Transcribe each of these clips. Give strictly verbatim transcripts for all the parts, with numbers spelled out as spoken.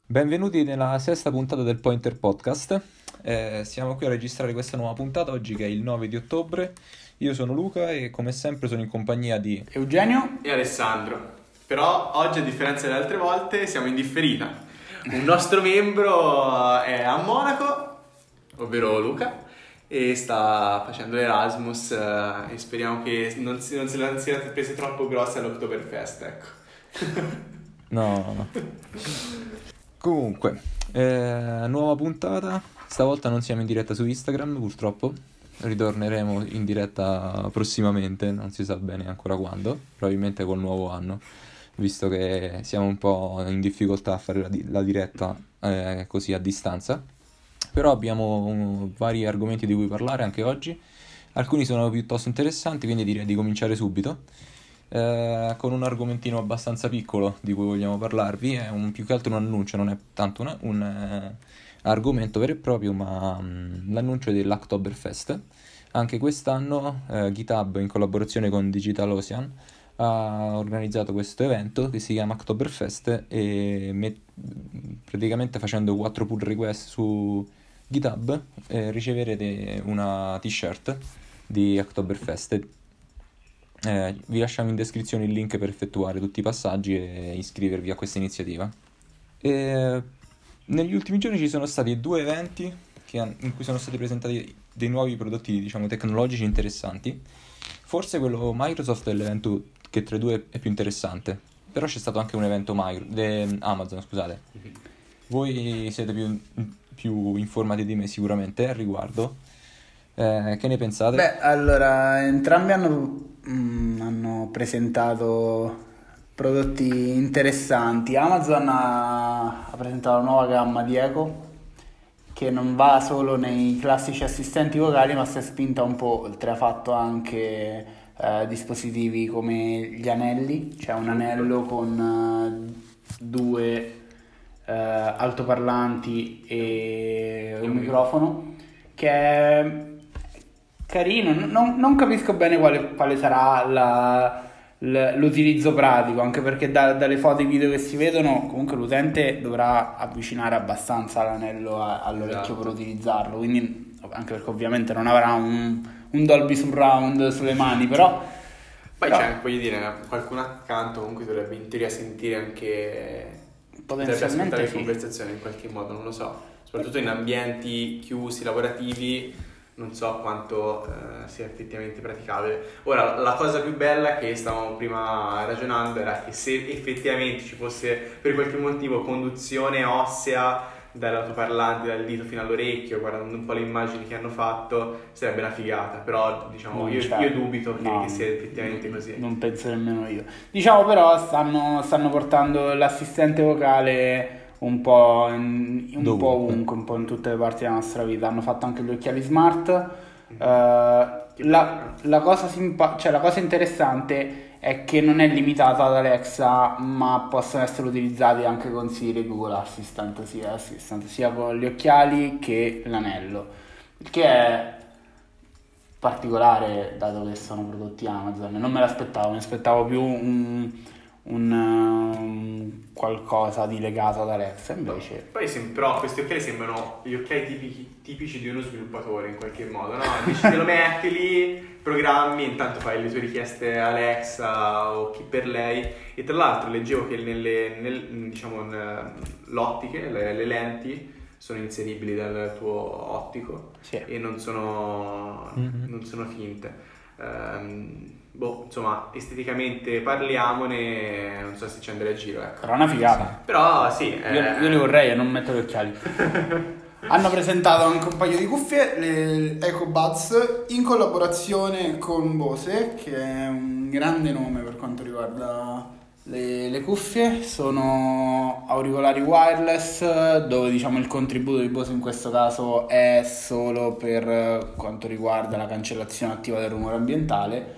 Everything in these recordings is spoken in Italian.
Benvenuti nella sesta puntata del Pointer Podcast. Eh, siamo qui a registrare questa nuova puntata oggi che è il nove di ottobre. Io sono Luca e come sempre sono in compagnia di Eugenio e Alessandro. Però oggi, a differenza delle altre volte, siamo in differita. Un nostro membro è a Monaco, ovvero Luca, e sta facendo l'Erasmus eh, e speriamo che non, si, non se la siate prese troppo grosse all'Oktoberfest, ecco. No, no. Comunque, eh, nuova puntata. Stavolta non siamo in diretta su Instagram, purtroppo. Ritorneremo in diretta prossimamente, non si sa bene ancora quando, probabilmente col nuovo anno, visto che siamo un po' in difficoltà a fare la, di- la diretta eh, così a distanza. Però abbiamo um, vari argomenti di cui parlare anche oggi. Alcuni sono piuttosto interessanti, quindi direi di cominciare subito. Eh, con un argomentino abbastanza piccolo di cui vogliamo parlarvi, è un, più che altro un annuncio, non è tanto una- un eh, argomento vero e proprio, ma mm, l'annuncio dell'Oktoberfest. Anche quest'anno eh, GitHub in collaborazione con DigitalOcean ha organizzato questo evento che si chiama Oktoberfest e met- praticamente facendo quattro pull request su GitHub eh, riceverete una t-shirt di Oktoberfest. Eh, vi lasciamo in descrizione il link per effettuare tutti i passaggi e iscrivervi a questa iniziativa. E negli ultimi giorni ci sono stati due eventi che han- in cui sono stati presentati dei nuovi prodotti, diciamo, tecnologici interessanti. Forse quello Microsoft è l'evento che tra i due è più interessante, però c'è stato anche un evento Micro- de- Amazon, scusate. Voi siete più, più informati di me sicuramente al riguardo. Eh, che ne pensate? Beh, allora, entrambi hanno, mm, hanno presentato prodotti interessanti. Amazon ha, ha presentato una nuova gamma di Echo che non va solo nei classici assistenti vocali, ma si è spinta un po' oltre. Ha fatto anche eh, dispositivi come gli anelli, cioè un anello con eh, due eh, altoparlanti e un microfono che è carino. Non, non capisco bene quale, quale sarà la- l- l'utilizzo pratico, anche perché da- dalle foto e video che si vedono comunque l'utente dovrà avvicinare abbastanza l'anello a- all'orecchio Esatto. per utilizzarlo, quindi anche perché ovviamente non avrà un, un Dolby Surround sulle mani, però Poi però c'è, voglio dire, qualcuno accanto comunque dovrebbe in teoria sentire anche... Potrebbe potenzialmente ascoltare le sì. conversazioni in qualche modo, non lo so. Soprattutto in ambienti chiusi, lavorativi, non so quanto eh, sia effettivamente praticabile. Ora, la cosa più bella che stavamo prima ragionando era che se effettivamente ci fosse per qualche motivo conduzione ossea dall'altoparlante, dal dito fino all'orecchio, guardando un po' le immagini che hanno fatto, sarebbe una figata. Però, diciamo, Non io, c'è. io dubito che, No, che sia effettivamente così. non penso nemmeno io. Diciamo però stanno, stanno portando l'assistente vocale un po' in, un Dovunque. po' ovunque, un po' in tutte le parti della nostra vita. Hanno fatto anche gli occhiali smart. Eh, la, la cosa simpa- cioè, la cosa interessante è che non è limitata ad Alexa, ma possono essere utilizzati anche con Siri e Google Assistant, sia, Assistant, sia con gli occhiali che l'anello, il che è particolare dato che sono prodotti Amazon. Non me l'aspettavo, mi aspettavo più un, un, um, qualcosa di legato ad Alexa, invece Poi sem- però questi occhiali sembrano gli occhiali tipici, tipici di uno sviluppatore in qualche modo, no? Dici te lo metti lì, programmi, intanto fai le tue richieste a Alexa o chi per lei. E tra l'altro leggevo che nelle, nel, diciamo, l'ottiche, le, le lenti sono inseribili dal tuo ottico sì. e non sono, Mhm. non sono finte. Ehm, boh, insomma, esteticamente parliamone, non so se ci andrei a giro, ecco. Però è una figata. Però sì, Io, eh, io li vorrei e non metto gli occhiali. Hanno presentato anche un paio di cuffie, le EcoBuds, in collaborazione con Bose, che è un grande nome per quanto riguarda le, le cuffie. Sono auricolari wireless, dove diciamo il contributo di Bose in questo caso è solo per quanto riguarda la cancellazione attiva del rumore ambientale.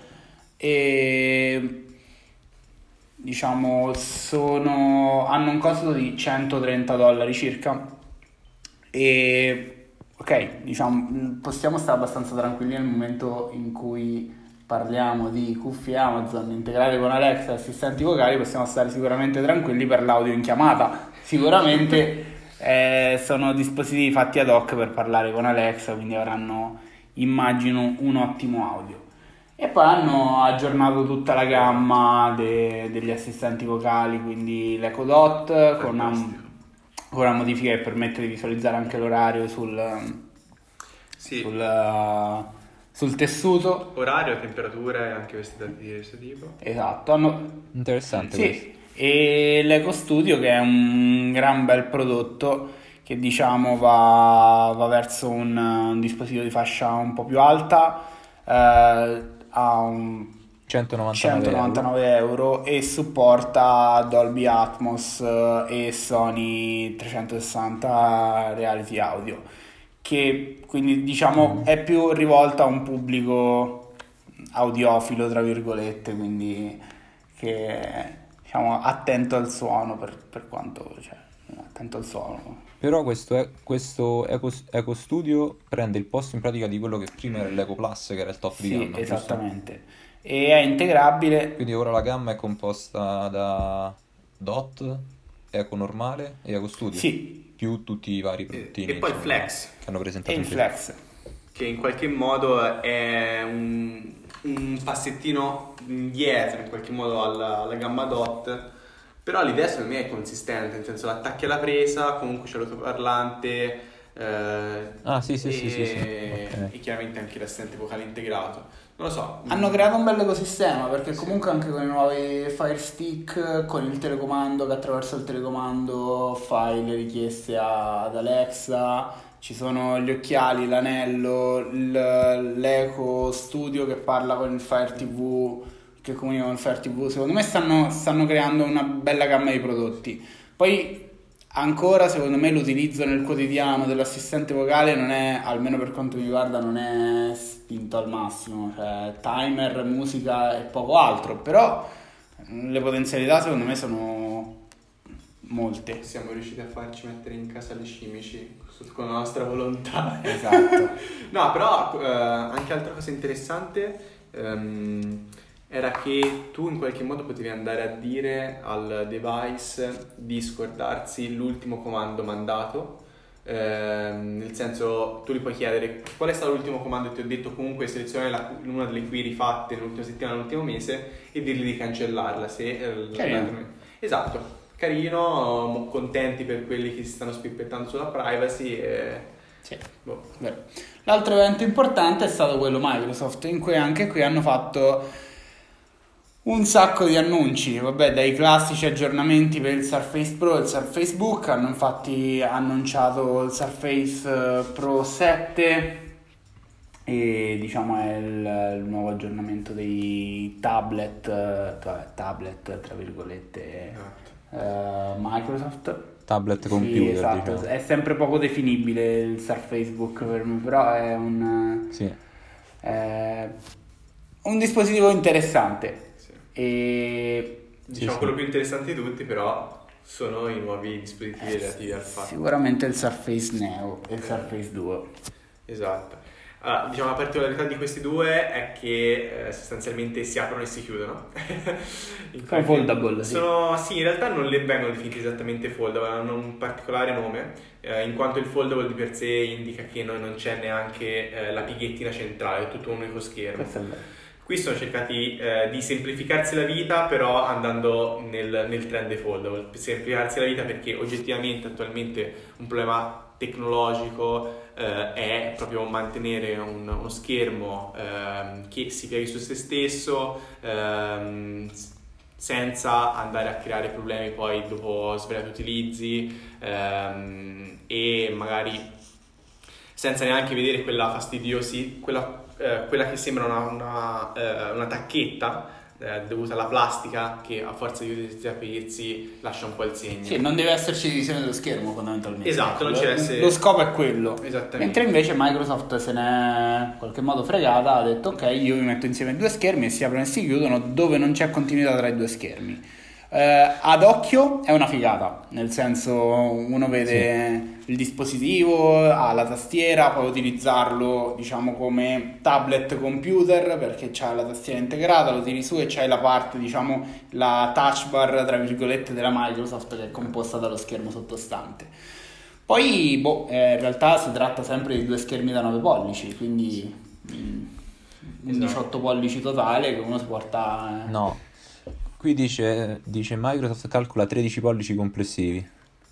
E diciamo sono hanno un costo di centotrenta dollari circa. E ok, diciamo, possiamo stare abbastanza tranquilli nel momento in cui parliamo di cuffie Amazon integrate con Alexa e assistenti vocali, possiamo stare sicuramente tranquilli per l'audio in chiamata. Sicuramente eh, sono dispositivi fatti ad hoc per parlare con Alexa, quindi avranno, immagino, un ottimo audio. E poi hanno aggiornato tutta la gamma de- degli assistenti vocali, quindi l'Echo Dot con una, con una modifica che permette di visualizzare anche l'orario sul, Sì. sul, uh, sul tessuto. Orario, temperatura e anche questi dati di questo tipo. Esatto. Hanno... Interessante Sì. questo. E l'Eco Studio, che è un gran bel prodotto che diciamo va, va verso un, un dispositivo di fascia un po' più alta, eh, ha un centonovantanove centonovantanove euro e supporta Dolby Atmos eh, e Sony trecentosessanta Reality Audio, che quindi diciamo è più rivolta a un pubblico audiofilo, tra virgolette, quindi che è, diciamo, attento al suono, per, per quanto, cioè, attento al suono. Però questo, è, questo Eco, Eco Studio prende il posto in pratica di quello che prima era l'Eco Plus, che era il top di Sì, gamma, giusto? esattamente. E è integrabile. Quindi ora la gamma è composta da Dot, Eco normale e Eco Studio, Sì, più tutti i vari E, prodottini e poi il insomma, Flex, che hanno e presentato il in questo. Flex. che in qualche modo è un, un passettino indietro in qualche modo alla, alla gamma Dot, però l'idea secondo me è consistente, nel senso l'attacchi alla presa, comunque c'è l'autoparlante, eh, Ah, sì, sì, e, sì, sì, sì. Ok. e chiaramente anche l'assistente vocale integrato. Non lo so. Hanno creato un bel ecosistema, perché comunque anche con i nuovi Fire Stick, con il telecomando, che attraverso il telecomando fai le richieste a- ad Alexa, ci sono gli occhiali, l'anello, il- l'Eco Studio che parla con il Fire ti vu, che comunica con il Fire ti vu. Secondo me stanno, stanno creando una bella gamma di prodotti. Poi ancora, secondo me, l'utilizzo nel quotidiano dell'assistente vocale non è, almeno per quanto mi riguarda, non è spinto al massimo, cioè timer, musica e poco altro, però le potenzialità secondo me sono molte. Siamo riusciti a farci mettere in casa le cimici con la nostra volontà. Esatto. No, però eh, anche altra cosa interessante ehm, era che tu in qualche modo potevi andare a dire al device di scordarsi l'ultimo comando mandato, ehm, nel senso tu gli puoi chiedere qual è stato l'ultimo comando che ti ho detto, comunque selezione la- una delle query fatte nell'ultima settimana, nell'ultimo mese, e dirgli di cancellarla se eh, Carino. esatto, carino, mo- contenti per quelli che si stanno spippettando sulla privacy e... Sì. boh. Vero. L'altro evento importante è stato quello Microsoft, in cui anche qui hanno fatto un sacco di annunci, vabbè, dai classici aggiornamenti per il Surface Pro e il Surface Book. Hanno infatti annunciato il Surface eh, Pro sette, e diciamo è il, il nuovo aggiornamento dei tablet, eh, vabbè, tablet tra virgolette, eh, Microsoft. Tablet Sì, computer, esatto, diciamo. è sempre poco definibile il Surface Book per me, però è un, Sì. è un dispositivo interessante. Sì. E Diciamo sì. quello più interessante di tutti però sono i nuovi dispositivi relativi al fatto. sicuramente il Surface Neo e il Surface Duo. Esatto. Allora, diciamo la particolarità di questi due è che eh, sostanzialmente si aprono e si chiudono. In Sono qualche- foldable, sì. Sono, sì, in realtà non le vengono definiti esattamente foldable, hanno un particolare nome, eh, in quanto il foldable di per sé indica che non, non c'è neanche eh, la pighettina centrale, è tutto un unico schermo. Questo è bello. Qui sono cercati eh, di semplificarsi la vita, però andando nel, nel trend dei foldable. Semplificarsi la vita perché oggettivamente attualmente un problema tecnologico eh, è proprio mantenere un- uno schermo ehm, che si pieghi su se stesso, ehm, s- senza andare a creare problemi poi dopo svariati utilizzi, ehm, e magari senza neanche vedere quella fastidiosi, quella, eh, quella che sembra una, una, eh, una tacchetta eh, dovuta alla plastica che a forza di aprirsi lascia un po' il segno. Sì, non deve esserci divisione dello schermo fondamentalmente. Esatto, non Lo- ci deve essere- Lo scopo è quello. Esattamente. Mentre invece Microsoft se n'è in qualche modo fregata, ha detto ok, io vi metto insieme due schermi e si aprono e si chiudono dove non c'è continuità tra i due schermi. Eh, ad occhio è una figata, nel senso uno vede il dispositivo, ha la tastiera, puoi utilizzarlo diciamo come tablet computer perché c'ha la tastiera integrata, lo tiri su e c'hai la parte, diciamo, la touch bar tra virgolette della Microsoft che è composta dallo schermo sottostante. Poi boh, eh, in realtà si tratta sempre di due schermi da nove pollici, quindi mm, un Esatto. diciotto pollici totale che uno si porta... eh, No, qui dice, dice Microsoft calcola tredici pollici complessivi.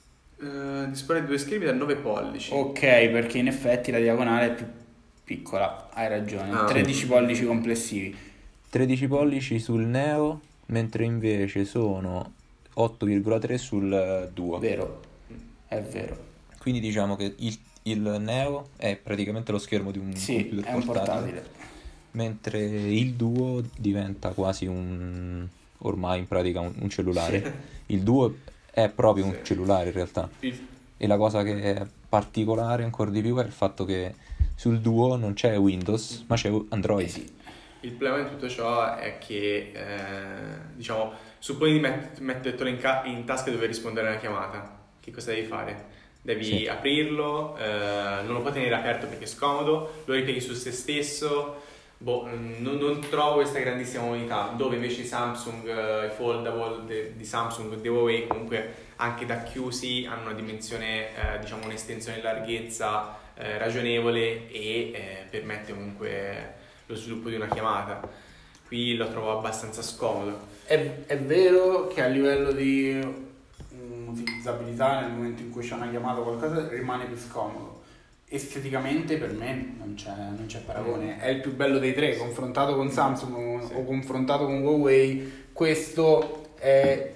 Eh, dispone di due schermi da nove pollici. Ok, perché in effetti la diagonale è più piccola, hai ragione, Ah. tredici pollici complessivi. tredici pollici sul Neo, mentre invece sono otto virgola tre sul eh, Duo. Vero, è vero. Quindi diciamo che il, il Neo è praticamente lo schermo di un Sì, computer è un portatile, portatile. mentre il Duo diventa quasi un, ormai in pratica un, un cellulare. Il Duo è proprio un Sì. cellulare in realtà. Il, E la cosa che è particolare ancora di più è il fatto che sul Duo non c'è Windows, ma c'è Android. Eh sì. il problema di tutto ciò è che, eh, diciamo, supponi di met- mettertelo in, ca- in tasca e dover rispondere a una chiamata. Che cosa devi fare? Devi Sì. aprirlo, eh, non lo puoi tenere aperto perché è scomodo, lo ripieghi su se stesso. Boh, non, non trovo questa grandissima unità, dove invece i Samsung, eh, i foldable de- di Samsung, di Huawei, comunque anche da chiusi hanno una dimensione, eh, diciamo un'estensione in larghezza eh, ragionevole e eh, permette comunque lo sviluppo di una chiamata. Qui lo trovo abbastanza scomodo. È, è vero che a livello di mm, utilizzabilità nel momento in cui c'è una chiamata o qualcosa rimane più scomodo. Esteticamente per me non c'è, non c'è paragone, è il più bello dei tre, confrontato con Samsung o, Sì. o confrontato con Huawei, questo è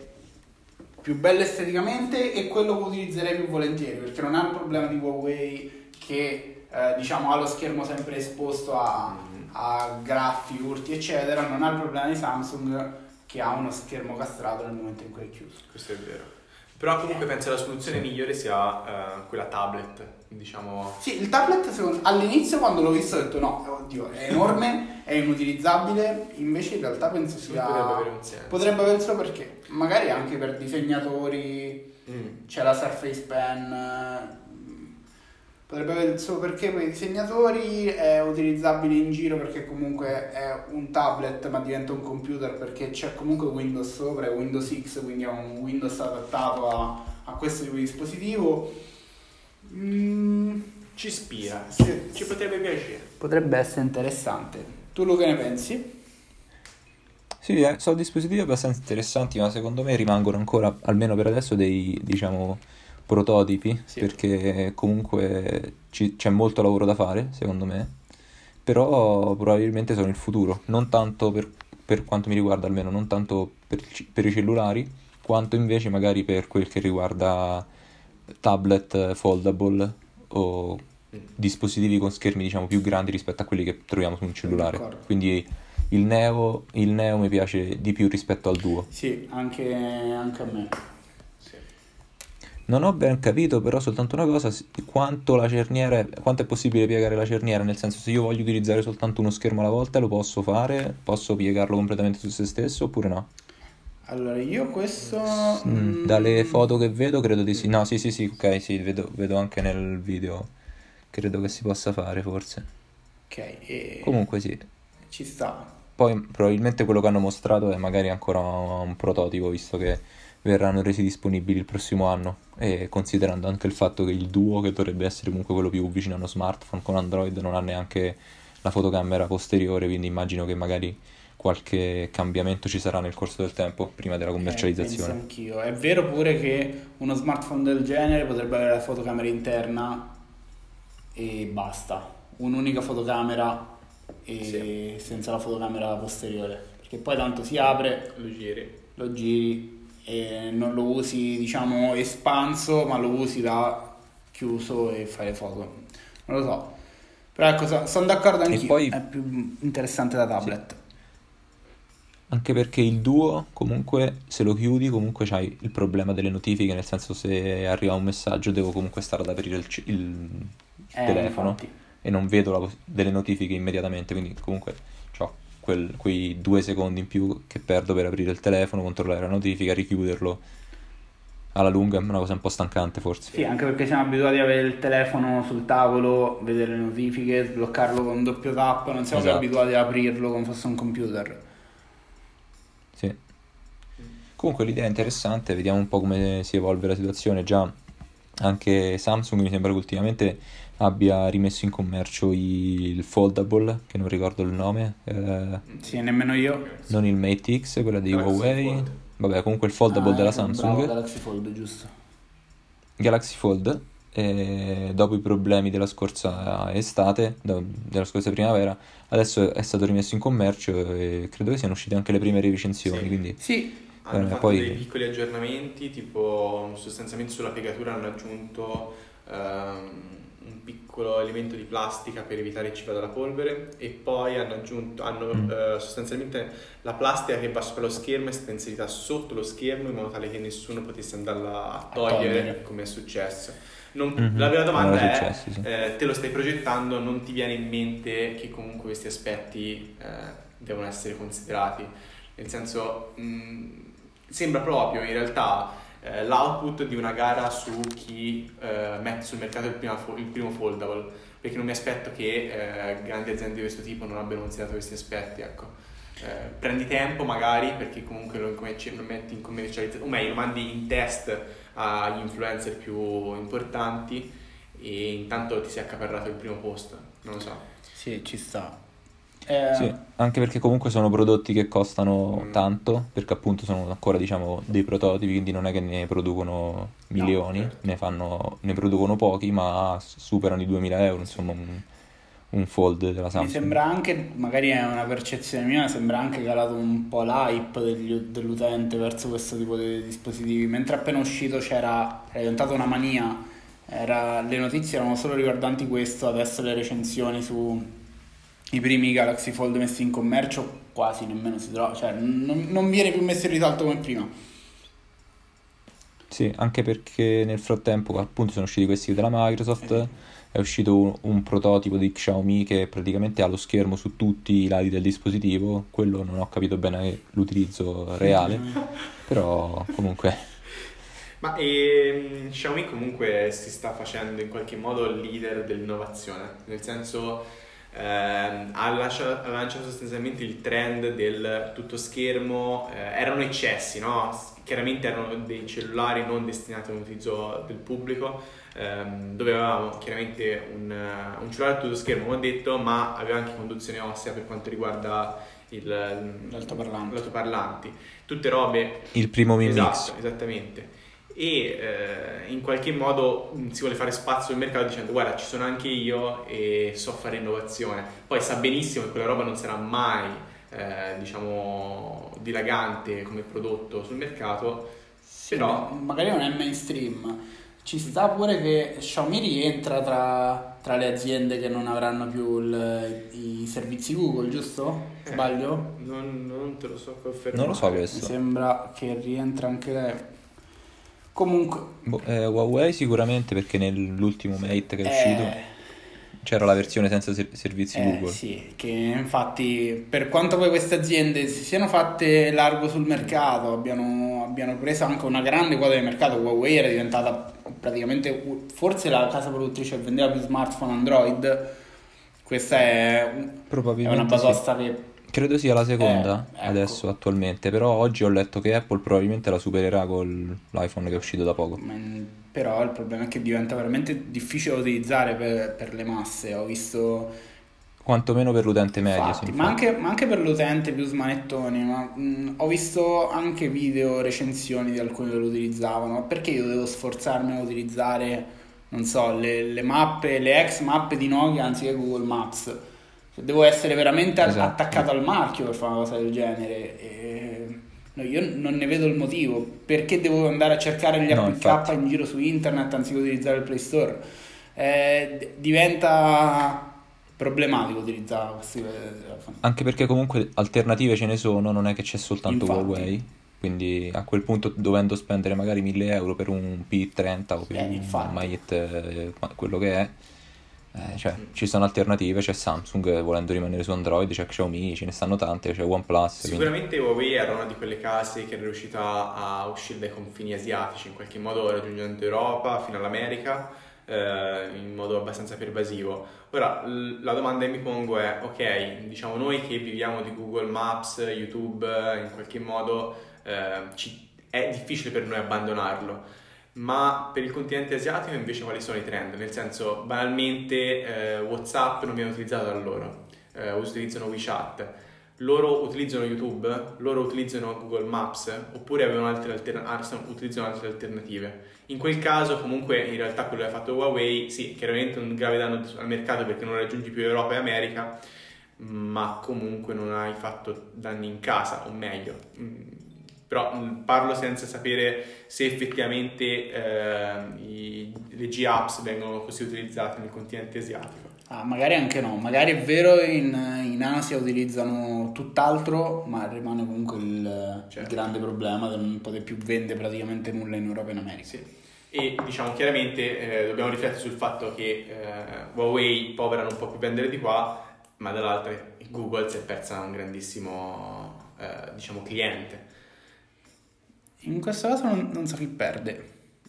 più bello esteticamente e quello che utilizzerei più volentieri, perché non ha il problema di Huawei che eh, diciamo ha lo schermo sempre esposto a, a graffi, urti eccetera, non ha il problema di Samsung che ha uno schermo castrato nel momento in cui è chiuso. Questo è vero. Però comunque penso la soluzione migliore sia eh, quella tablet, diciamo. Sì, il tablet secondo- all'inizio quando l'ho visto ho detto no, oddio, è enorme, è inutilizzabile, invece in realtà penso sia... Potrebbe avere un senso. Potrebbe averlo perché magari anche per disegnatori, Mm. c'è la Surface Pen, eh, potrebbe avere il suo perché per i disegnatori, è utilizzabile in giro perché comunque è un tablet ma diventa un computer perché c'è comunque Windows sopra, è Windows X, quindi è un Windows adattato a, a questo tipo di dispositivo. Mm, Ci ispira, sì. ci potrebbe piacere. Potrebbe essere interessante. Tu Luca ne pensi? Sì, eh, sono dispositivi abbastanza interessanti, ma secondo me rimangono ancora, almeno per adesso, dei, diciamo, prototipi, Sì. perché comunque ci- c'è molto lavoro da fare, secondo me, però probabilmente sono il futuro, non tanto per, per quanto mi riguarda almeno, non tanto per, il ci- per i cellulari, quanto invece magari per quel che riguarda tablet eh, foldable o dispositivi con schermi, diciamo, più grandi rispetto a quelli che troviamo su un cellulare. d'accordo. Quindi il Neo, il Neo mi piace di più rispetto al Duo. Sì, anche, anche a me. Sì. Non ho ben capito però soltanto una cosa, s- quanto la cerniera, è- quanto è possibile piegare la cerniera, nel senso se io voglio utilizzare soltanto uno schermo alla volta lo posso fare, posso piegarlo completamente su se stesso oppure no? Allora, io questo... Mm, mm, dalle foto che vedo credo di sì, no sì sì sì, ok, sì, vedo, vedo anche nel video, credo che si possa fare forse. Ok, e Comunque sì, ci sta. poi probabilmente quello che hanno mostrato è magari ancora un prototipo, visto che verranno resi disponibili il prossimo anno, e considerando anche il fatto che il Duo, che dovrebbe essere comunque quello più vicino a uno smartphone con Android, non ha neanche la fotocamera posteriore, quindi immagino che magari qualche cambiamento ci sarà nel corso del tempo prima della Eh, penso commercializzazione. anch'io. È vero pure che uno smartphone del genere potrebbe avere la fotocamera interna e basta. Un'unica fotocamera e senza la fotocamera posteriore. Perché poi tanto si apre, Lo giri. lo giri e non lo usi, diciamo, espanso, ma lo usi da chiuso e fai le foto. Non lo so. Però ecco, so- sono d'accordo anch'io. poi- È più interessante da tablet. Anche perché il Duo, comunque, se lo chiudi, comunque c'hai il problema delle notifiche, nel senso se arriva un messaggio devo comunque stare ad aprire il, c- il Eh, telefono infatti. e non vedo la pos- delle notifiche immediatamente, quindi comunque c'ho quel- quei due secondi in più che perdo per aprire il telefono, controllare la notifica, richiuderlo. Alla lunga è una cosa un po' stancante forse. Sì, anche perché siamo abituati ad avere il telefono sul tavolo, vedere le notifiche, sbloccarlo con doppio tap, non siamo più Esatto. abituati ad aprirlo come fosse un computer. Sì. Comunque l'idea è interessante, vediamo un po' come si evolve la situazione. Già anche Samsung mi sembra che ultimamente abbia rimesso in commercio i- il foldable, che non ricordo il nome, eh, Sì, nemmeno io. non il Mate X, quella di Galaxy Huawei. Fold. Vabbè, comunque il foldable Ah, della ecco, bravo, Samsung, Galaxy Fold, giusto. Galaxy Fold, eh, dopo i problemi della scorsa estate, da- della scorsa primavera, adesso è stato rimesso in commercio e credo che siano uscite anche le prime recensioni, Sì. quindi Sì, Hanno Eh, fatto poi- dei piccoli aggiornamenti, tipo sostanzialmente sulla piegatura hanno aggiunto ehm, un piccolo elemento di plastica per evitare che ci vada la polvere e poi hanno aggiunto, hanno Mm. eh, sostanzialmente la plastica che va sopra lo schermo è stata inserita sotto lo schermo in modo tale che nessuno potesse andarla a togliere, togliere. come è successo. Non- Mhm, La vera domanda come era è, successo, sì. eh, te lo stai progettando, non ti viene in mente che comunque questi aspetti eh, devono essere considerati? Nel senso, mh, sembra proprio in realtà eh, l'output di una gara su chi eh, mette sul mercato il, prima fo- il primo foldable, perché non mi aspetto che eh, grandi aziende di questo tipo non abbiano considerato questi aspetti, ecco. Eh, prendi tempo magari perché comunque lo, incominci- lo metti in commercializzazione, o meglio lo mandi in test agli influencer più importanti e intanto ti sei accaparrato il primo posto, non lo so. sì, ci sta. Eh, Sì, anche perché comunque sono prodotti che costano Mm. tanto, perché appunto sono ancora diciamo dei prototipi, quindi non è che ne producono milioni, certo. ne fanno, ne producono pochi, ma s- superano i duemila euro, insomma un, un fold della Mi Samsung. sembra anche, magari è una percezione mia, sembra anche calato un po' l'hype degli- dell'utente verso questo tipo di dispositivi. Mentre appena uscito c'era, era diventata una mania, era- le notizie erano solo riguardanti questo, adesso le recensioni su i primi Galaxy Fold messi in commercio quasi nemmeno si trova, cioè non, non viene più messo in risalto come prima. Sì, anche perché nel frattempo appunto sono usciti questi della Microsoft, Eh è uscito un, un prototipo di Xiaomi che praticamente ha lo schermo su tutti i lati del dispositivo, quello non ho capito bene l'utilizzo reale, però comunque Ma ehm, Xiaomi comunque si sta facendo in qualche modo il leader dell'innovazione, nel senso ehm, ha, lascia- ha lanciato sostanzialmente il trend del tutto schermo, eh, erano eccessi, no? S- Chiaramente erano dei cellulari non destinati all'utilizzo del pubblico, ehm, dove avevamo chiaramente un, eh, un cellulare a tutto schermo, come ho detto, ma aveva anche conduzione ossea per quanto riguarda il, L'altoparlante. l'altoparlanti. Tutte robe il primo Mi esatto, Mix. esattamente. E eh, in qualche modo mh, si vuole fare spazio al mercato dicendo guarda ci sono anche io e so fare innovazione. Poi sa benissimo che quella roba non sarà mai eh, diciamo dilagante come prodotto sul mercato, Sì, però ma- magari non è mainstream. Ci sta pure che Xiaomi rientra tra, tra le aziende che non avranno più il- i servizi Google, giusto? Sbaglio? non, non te lo so confermare. Non lo so Mi questo. sembra che rientra anche lei. Comunque, Boh, eh, Huawei sicuramente perché nell'ultimo Mate che è uscito eh, c'era la versione senza ser- servizi eh, Google. sì, che infatti per quanto poi queste aziende si siano fatte largo sul mercato, abbiano, abbiano preso anche una grande quota di mercato, Huawei era diventata praticamente forse la casa produttrice che vendeva più smartphone Android, questa è, è una Probabilmente sì. batosta che Credo sia la seconda Eh, ecco. adesso attualmente, però oggi ho letto che Apple probabilmente la supererà con l'iPhone che è uscito da poco. Mm, però il problema è che diventa veramente difficile da utilizzare per, per le masse. Ho visto Quantomeno per l'utente medio, infatti, sì, ma infatti. anche, ma anche per l'utente più smanettoni. Ma, mm, ho visto anche video, recensioni di alcuni che lo utilizzavano. Ma perché io devo sforzarmi a utilizzare, non so, le, le mappe, le ex mappe di Nokia anziché Google Maps? Cioè, devo essere veramente a- Esatto, attaccato sì. al marchio per fare una cosa del genere. E no, io non ne vedo il motivo. Perché devo andare a cercare gli No, A P K infatti. in giro su internet anziché utilizzare il Play Store? Eh, d- diventa problematico utilizzare questi telefoni. Anche perché comunque alternative ce ne sono, non è che c'è soltanto Infatti. Huawei, quindi a quel punto dovendo spendere magari mille euro per un P trenta o per Eh, un infatti. Mate, eh, ma- quello che è, Eh, cioè, ci sono alternative, c'è Samsung volendo rimanere su Android, c'è Xiaomi, ce ne stanno tante, c'è OnePlus. Sicuramente quindi... Huawei era una di quelle case che era riuscita a uscire dai confini asiatici, in qualche modo raggiungendo Europa fino all'America eh, in modo abbastanza pervasivo. Ora, l- la domanda che mi pongo è, ok, diciamo noi che viviamo di Google Maps, YouTube, in qualche modo eh, ci- è difficile per noi abbandonarlo. Ma per il continente asiatico invece quali sono i trend? Nel senso, banalmente eh, WhatsApp non viene utilizzato da loro, eh, utilizzano WeChat, loro utilizzano YouTube, loro utilizzano Google Maps, oppure avevano altre altern- ah, utilizzano altre alternative. In quel caso comunque in realtà quello che ha fatto Huawei, sì, chiaramente un grave danno al mercato perché non raggiungi più Europa e America, ma comunque non hai fatto danni in casa, o meglio... però parlo senza sapere se effettivamente eh, i, le G-Apps vengono così utilizzate nel continente asiatico. Ah, magari anche no, magari è vero in, in Asia utilizzano tutt'altro, ma rimane comunque il, certo. il grande problema di non poter più vendere praticamente nulla in Europa e in America. Sì. E diciamo chiaramente eh, dobbiamo riflettere sul fatto che eh, Huawei povera non può più vendere di qua, ma dall'altra Google si è persa un grandissimo eh, diciamo cliente. In questo caso non, non so chi perde.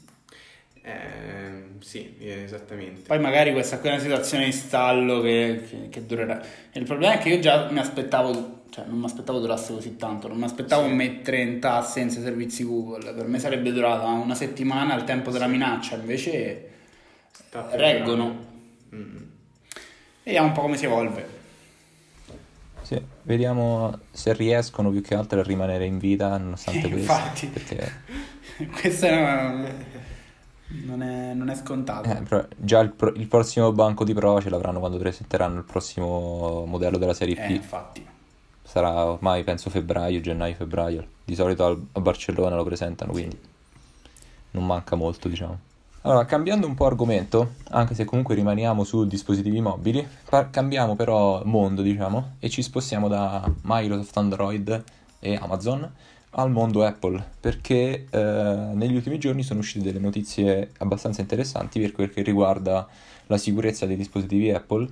Eh, sì, esattamente. Poi magari questa qui è una situazione di stallo che, che, che durerà. E il problema è che io già mi aspettavo, cioè non mi aspettavo durasse così tanto, non mi aspettavo sì. mettere in tasse senza servizi Google. Per me sarebbe durata una settimana al tempo della sì. minaccia, invece Sta reggono. Mm. Vediamo un po' come si evolve. Sì, vediamo se riescono più che altro a rimanere in vita nonostante eh, questo. Infatti, perché... questo è, non, è, non è scontato. Eh, però già il, pro, il prossimo banco di prova ce l'avranno quando presenteranno il prossimo modello della serie eh, P. Infatti. Sarà ormai penso febbraio, gennaio-febbraio. Di solito al, a Barcellona lo presentano, quindi non manca molto, diciamo. Allora, cambiando un po' argomento, anche se comunque rimaniamo su dispositivi mobili, par- cambiamo però mondo, diciamo, e ci spostiamo da Microsoft, Android e Amazon al mondo Apple, perché eh, negli ultimi giorni sono uscite delle notizie abbastanza interessanti per quel che riguarda la sicurezza dei dispositivi Apple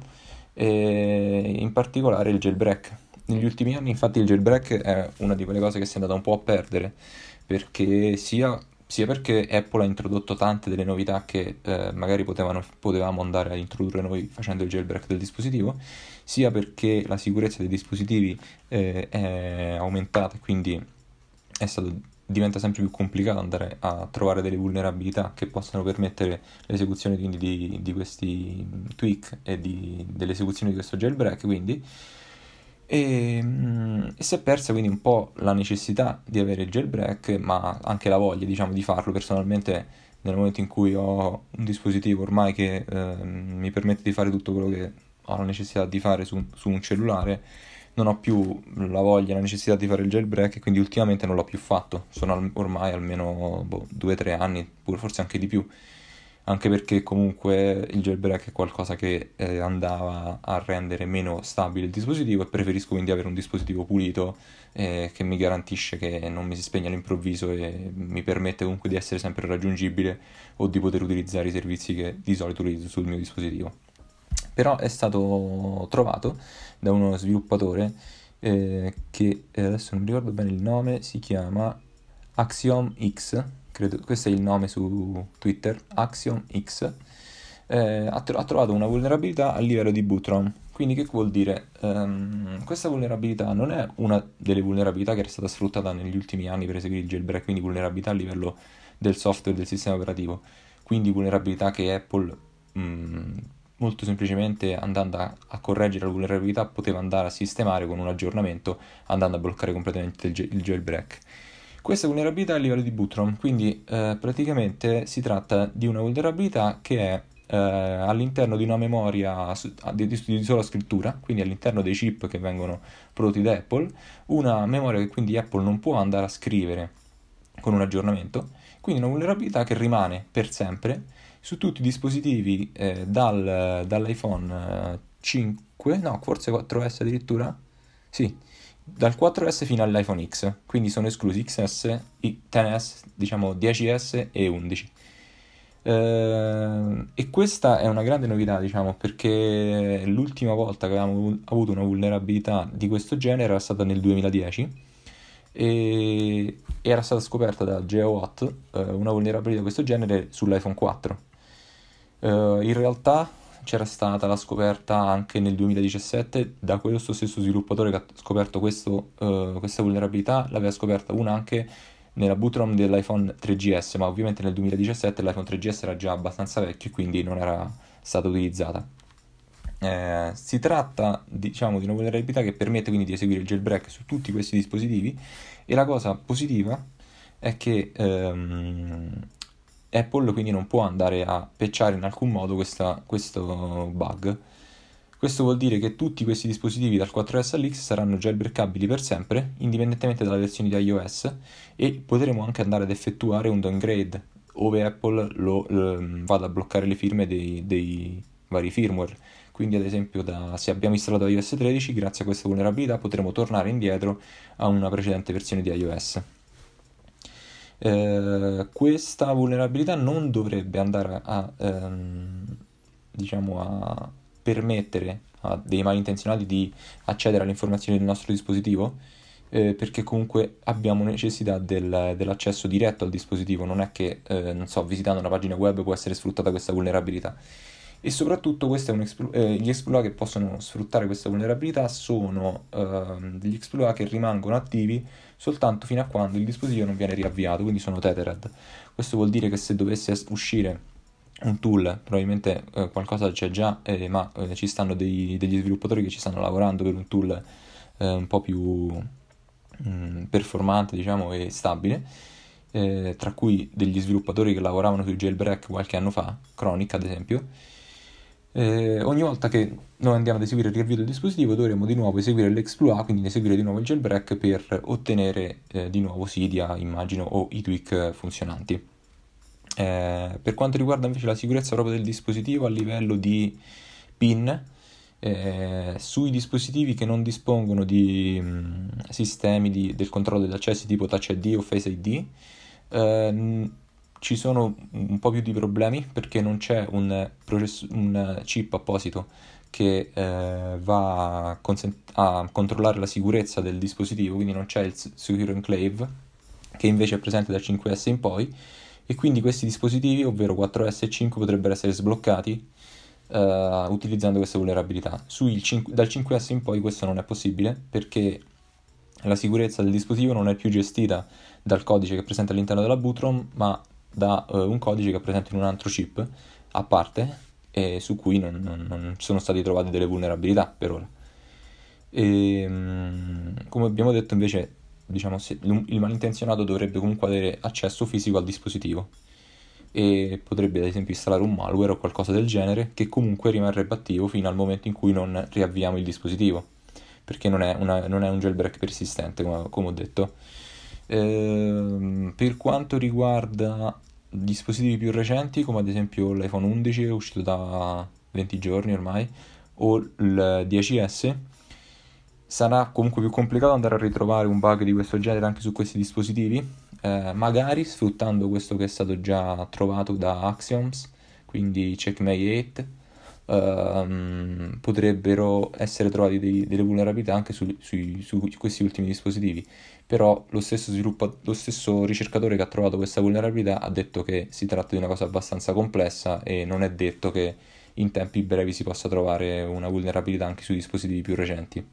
e in particolare il jailbreak. Negli ultimi anni, infatti, il jailbreak è una di quelle cose che si è andata un po' a perdere, perché sia... sia perché Apple ha introdotto tante delle novità che eh, magari potevano, potevamo andare a introdurre noi facendo il jailbreak del dispositivo, sia perché la sicurezza dei dispositivi eh, è aumentata e quindi è stato, diventa sempre più complicato andare a trovare delle vulnerabilità che possano permettere l'esecuzione quindi di, di questi tweak e di, dell'esecuzione di questo jailbreak, quindi E, e si è persa quindi un po' la necessità di avere il jailbreak, ma anche la voglia, diciamo, di farlo. Personalmente, nel momento in cui ho un dispositivo ormai che eh, mi permette di fare tutto quello che ho la necessità di fare su, su un cellulare, non ho più la voglia, la necessità di fare il jailbreak, e quindi ultimamente non l'ho più fatto. Sono al, ormai almeno boh, due o tre anni, pure forse anche di più. Anche perché comunque il jailbreak è qualcosa che eh, andava a rendere meno stabile il dispositivo, e preferisco quindi avere un dispositivo pulito eh, che mi garantisce che non mi si spegne all'improvviso e mi permette comunque di essere sempre raggiungibile o di poter utilizzare i servizi che di solito utilizzo sul mio dispositivo. Però è stato trovato da uno sviluppatore eh, che eh, adesso non mi ricordo bene il nome, si chiama Axiom X. Credo, questo è il nome su Twitter, Axiom X, eh, ha, tro- ha trovato una vulnerabilità a livello di bootrom. Quindi che vuol dire? Um, questa vulnerabilità non è una delle vulnerabilità che era stata sfruttata negli ultimi anni per eseguire il jailbreak, quindi vulnerabilità a livello del software del sistema operativo, quindi vulnerabilità che Apple um, molto semplicemente andando a, a correggere la vulnerabilità poteva andare a sistemare con un aggiornamento, andando a bloccare completamente il, il jailbreak. Questa vulnerabilità è a livello di bootrom, quindi eh, praticamente si tratta di una vulnerabilità che è eh, all'interno di una memoria su, di, di, di sola scrittura, quindi all'interno dei chip che vengono prodotti da Apple, una memoria che quindi Apple non può andare a scrivere con un aggiornamento, quindi una vulnerabilità che rimane per sempre su tutti i dispositivi eh, dal, dall'iPhone cinque, no, forse quattro S addirittura, sì, dal quattro S fino all'iPhone X, quindi sono esclusi X S, dieci S, diciamo dieci S e undici. Eh, e questa è una grande novità, diciamo, perché l'ultima volta che avevamo avuto una vulnerabilità di questo genere era stata nel duemiladieci e era stata scoperta da GeoHot, eh, una vulnerabilità di questo genere sull'iPhone quattro. Eh, in realtà c'era stata la scoperta anche nel duemiladiciassette da questo stesso sviluppatore che ha scoperto questo, eh, questa vulnerabilità, l'aveva scoperta una anche nella boot ROM dell'iPhone tre G S, ma ovviamente nel duemiladiciassette l'iPhone tre G S era già abbastanza vecchio e quindi non era stata utilizzata. Eh, si tratta, diciamo, di una vulnerabilità che permette quindi di eseguire il jailbreak su tutti questi dispositivi, e la cosa positiva è che ehm, Apple quindi non può andare a patchare in alcun modo questa- questo bug. Questo vuol dire che tutti questi dispositivi dal quattro S all'X saranno jailbreakabili per sempre, indipendentemente dalla versione di iOS, e potremo anche andare ad effettuare un downgrade, ove Apple lo, lo- vada a bloccare le firme dei, dei vari firmware. Quindi ad esempio da, se abbiamo installato iOS tredici, grazie a questa vulnerabilità potremo tornare indietro a una precedente versione di iOS. Eh, questa vulnerabilità non dovrebbe andare a, ehm, diciamo, a permettere a dei malintenzionati di accedere alle informazioni del nostro dispositivo, eh, perché comunque abbiamo necessità del- dell'accesso diretto al dispositivo, non è che, eh, non so, visitando una pagina web può essere sfruttata questa vulnerabilità. E soprattutto questo è un explo- eh, gli exploit che possono sfruttare questa vulnerabilità sono ehm, degli exploit che rimangono attivi soltanto fino a quando il dispositivo non viene riavviato, quindi sono tethered. Questo vuol dire che se dovesse es- uscire un tool, probabilmente eh, qualcosa c'è già, eh, ma eh, ci stanno dei- degli sviluppatori che ci stanno lavorando per un tool eh, un po' più mm, performante, diciamo, e stabile, eh, tra cui degli sviluppatori che lavoravano sui jailbreak qualche anno fa, Chronic ad esempio. Eh, ogni volta che noi andiamo ad eseguire il riavvio del dispositivo dovremo di nuovo eseguire l'exploit, quindi eseguire di nuovo il jailbreak per ottenere eh, di nuovo Cydia, immagino, o i tweak funzionanti. Eh, per quanto riguarda invece la sicurezza proprio del dispositivo a livello di PIN, eh, sui dispositivi che non dispongono di mh, sistemi di- del controllo degli accessi tipo Touch I D o Face I D, eh, ci sono un po' più di problemi perché non c'è un, process- un chip apposito che eh, va a, consent- a controllare la sicurezza del dispositivo, quindi non c'è il s- Secure Enclave che invece è presente dal cinque S in poi, e quindi questi dispositivi, ovvero quattro S e cinque, potrebbero essere sbloccati eh, utilizzando questa vulnerabilità. Sui cin- dal cinque S in poi questo non è possibile perché la sicurezza del dispositivo non è più gestita dal codice che è presente all'interno della boot ROM, ma da eh, un codice che è presente in un altro chip a parte e su cui non, non- non sono state trovate delle vulnerabilità per ora. E, mm, come abbiamo detto invece, diciamo, se- il malintenzionato dovrebbe comunque avere accesso fisico al dispositivo e potrebbe ad esempio installare un malware o qualcosa del genere che comunque rimarrebbe attivo fino al momento in cui non riavviamo il dispositivo, perché non è, una- non è un jailbreak persistente, come, come ho detto. Ehm, per quanto riguarda dispositivi più recenti, come ad esempio l'iPhone undici, che è uscito da venti giorni ormai, o il dieci S, sarà comunque più complicato andare a ritrovare un bug di questo genere anche su questi dispositivi, eh, magari sfruttando questo che è stato già trovato da Axioms, quindi Checkmate otto, ehm, potrebbero essere trovati dei- delle vulnerabilità anche su, sui- su questi ultimi dispositivi. Però lo stesso, sviluppa- lo stesso ricercatore che ha trovato questa vulnerabilità ha detto che si tratta di una cosa abbastanza complessa e non è detto che in tempi brevi si possa trovare una vulnerabilità anche sui dispositivi più recenti.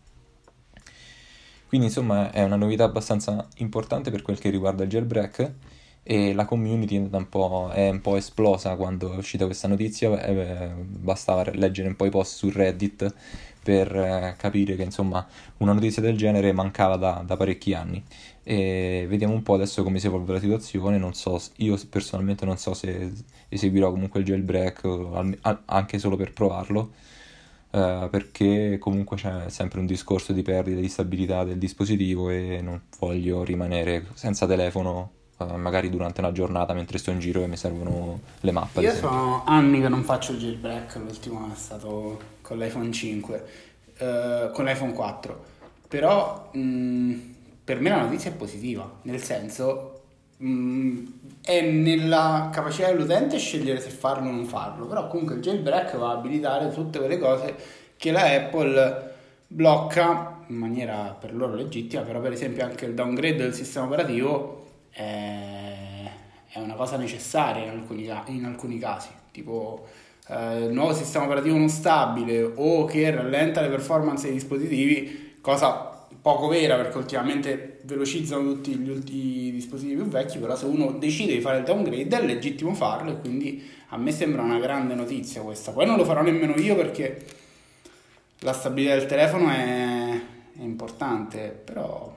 Quindi insomma è una novità abbastanza importante per quel che riguarda il jailbreak, e la community è un po', è un po' esplosa quando è uscita questa notizia, eh, bastava leggere un po' i post su Reddit per eh, capire che insomma una notizia del genere mancava da, da parecchi anni. E vediamo un po' adesso come si evolve la situazione. Non so, io personalmente non so se eseguirò comunque il jailbreak, al- a- anche solo per provarlo, eh, perché comunque c'è sempre un discorso di perdita di stabilità del dispositivo e non voglio rimanere senza telefono, eh, magari durante una giornata mentre sto in giro e mi servono le mappe, ad Io esempio. sono anni che non faccio il jailbreak, l'ultimo è stato con l'iPhone cinque, eh, con l'iPhone quattro, però mh, per me la notizia è positiva, nel senso mh, è nella capacità dell'utente scegliere se farlo o non farlo, però comunque il jailbreak va a abilitare tutte quelle cose che la Apple blocca in maniera per loro legittima, però per esempio anche il downgrade del sistema operativo è, è una cosa necessaria in alcuni, in alcuni casi, tipo eh, il nuovo sistema operativo non stabile o che rallenta le performance dei dispositivi, cosa poco vera perché ultimamente velocizzano tutti gli ultimi dispositivi più vecchi, però se uno decide di fare il downgrade è legittimo farlo, e quindi a me sembra una grande notizia questa. Poi non lo farò nemmeno io perché la stabilità del telefono è, è importante, però...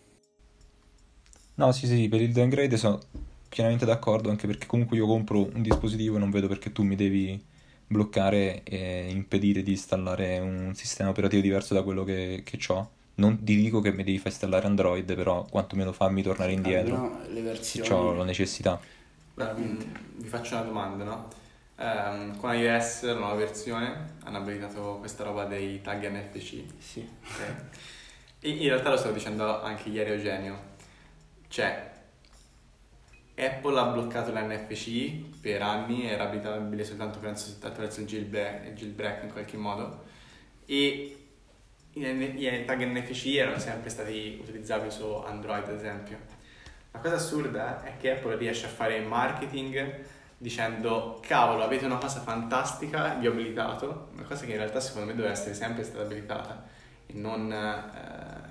No, sì, sì, per il downgrade sono pienamente d'accordo, anche perché comunque io compro un dispositivo e non vedo perché tu mi devi bloccare e impedire di installare un sistema operativo diverso da quello che, che ho. Non ti dico che mi devi far installare Android, però quantomeno fammi tornare indietro No, le versioni... se ho la necessità. Veramente. Vi faccio una domanda, no? Ehm, con iOS, la nuova versione, hanno abilitato questa roba dei tag N F C. Sì. Ok? E in realtà lo stavo dicendo anche ieri a Eugenio. Cioè, Apple ha bloccato l'N F C per anni, era abilitabile soltanto penso attraverso il jailbreak, il jailbreak in qualche modo, e i tag N F C erano sempre stati utilizzabili su Android ad esempio. La cosa assurda è che Apple riesce a fare marketing dicendo cavolo avete una cosa fantastica, vi ho abilitato, una cosa che in realtà secondo me doveva essere sempre stata abilitata e non eh...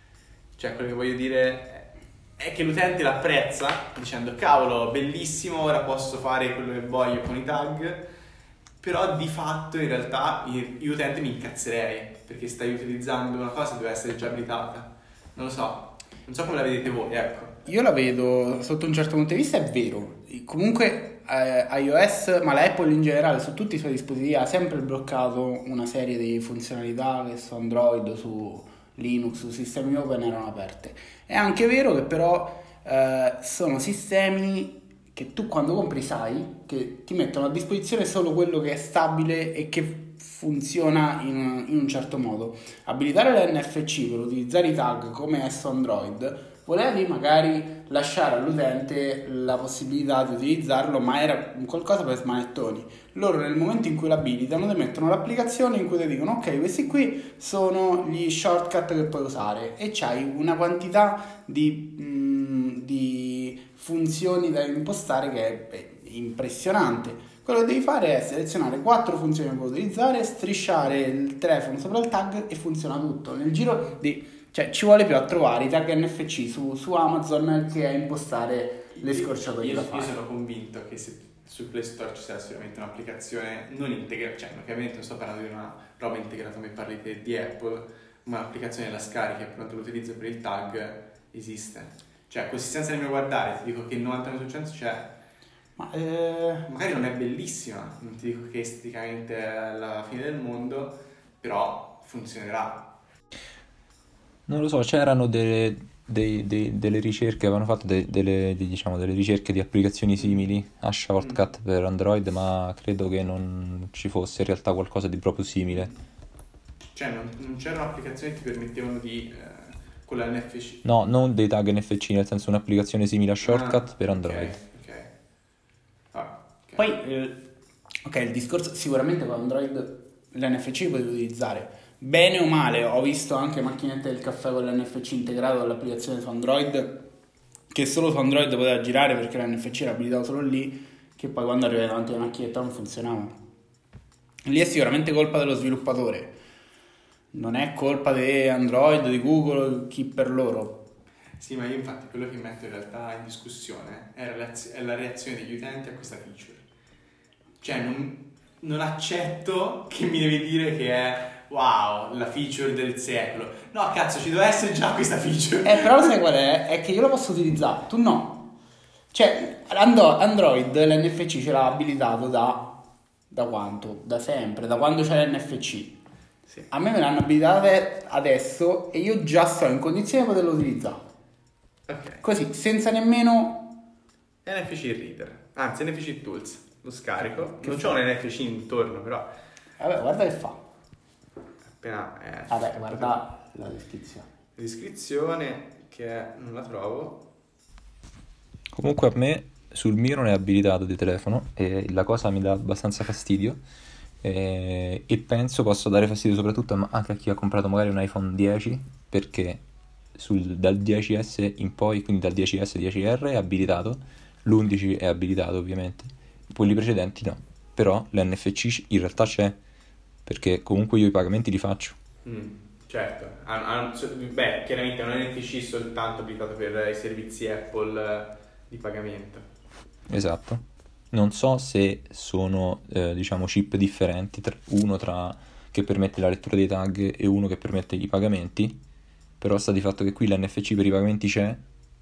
cioè quello che voglio dire è che l'utente l'apprezza dicendo cavolo bellissimo, ora posso fare quello che voglio con i tag, però di fatto in realtà io utente mi incazzerei perché stai utilizzando una cosa che deve essere già abilitata. Non lo so, non so come la vedete voi, ecco. Io la vedo sotto un certo punto di vista, è vero. Comunque eh, iOS, ma la Apple in generale su tutti i suoi dispositivi ha sempre bloccato una serie di funzionalità che su Android, su Linux, su sistemi open erano aperte. È anche vero che però eh, sono sistemi che tu quando compri sai che ti mettono a disposizione solo quello che è stabile e che funziona in, in un certo modo. Abilitare l'N F C per utilizzare i tag come è su Android voleva dire magari lasciare all'utente la possibilità di utilizzarlo, ma era qualcosa per smanettoni. Loro nel momento in cui l'abilitano ti mettono l'applicazione in cui ti dicono ok, questi qui sono gli shortcut che puoi usare e c'hai una quantità di, mh, di funzioni da impostare che è beh, impressionante. Quello che devi fare è selezionare quattro funzioni che puoi utilizzare, strisciare il telefono sopra il tag e funziona tutto. Nel giro di... cioè ci vuole più a trovare i tag N F C su, su Amazon che a impostare le scorciatoie io, da io, fare. io sono convinto che se sul Play Store ci sia sicuramente un'applicazione non integrata, cioè ovviamente non sto parlando di una roba integrata come parli te di Apple, ma un'applicazione la scarichi e pronto l'utilizzo per il tag esiste. Cioè così senza nemmeno guardare ti dico che il novantanove per cento c'è. Ma eh... magari non è bellissima, non ti dico che esteticamente è la fine del mondo, però funzionerà. Non lo so, c'erano delle, dei- dei- delle ricerche, avevano fatto de- delle, di- diciamo, delle ricerche di applicazioni simili a shortcut per Android, ma credo che non ci fosse in realtà qualcosa di proprio simile. Cioè non, non c'erano applicazioni che ti permettevano di eh, con l'N F C. No, non dei tag N F C, nel senso un'applicazione simile a shortcut Ah, per ok, Android. ok. Ah, ok. Poi, eh, ok, il discorso sicuramente con Android l'N F C puoi utilizzare. Bene o male, ho visto anche macchinette del caffè con l'N F C integrato all'applicazione su Android, che solo su Android poteva girare perché l'N F C era abilitato solo lì, che poi quando arrivavi davanti alla macchinetta non funzionava. Lì è sicuramente colpa dello sviluppatore, non è colpa di Android, di Google, chi per loro. Sì, ma io infatti quello che metto in realtà in discussione è, relaz- è la reazione degli utenti a questa feature. Cioè non, non accetto che mi devi dire che è wow, la feature del secolo. No, cazzo, ci deve essere già questa feature. Eh, però sai qual è? È che io la posso utilizzare, tu no. Cioè, Ando- Android l'N F C ce l'ha abilitato da, da quanto? Da sempre, da quando c'è l'N F C. Sì. A me me l'hanno abilitato adesso e io già sto in condizione di poterlo utilizzare. Ok. Così, senza nemmeno... N F C Reader, anzi N F C Tools, lo scarico. Non c'ho un N F C intorno, però Vabbè, guarda che fa. appena è... Vabbè, guarda la descrizione. Descrizione che non la trovo. Comunque a me sul mio non è abilitato di telefono e la cosa mi dà abbastanza fastidio e, e penso possa dare fastidio soprattutto a- anche a chi ha comprato magari un iPhone dieci perché sul- dal dieci esse in poi, quindi dal dieci esse dieci erre è abilitato, l'undici è abilitato ovviamente, quelli precedenti no, però l'N F C in realtà c'è perché comunque io i pagamenti li faccio. Mm, certo, Han- han- so- beh, chiaramente non è un N F C soltanto applicato per i servizi Apple eh, di pagamento. Esatto. Non so se sono, eh, diciamo, chip differenti, tra- uno tra che permette la lettura dei tag e uno che permette i pagamenti, però sta di fatto che qui l'N F C per i pagamenti c'è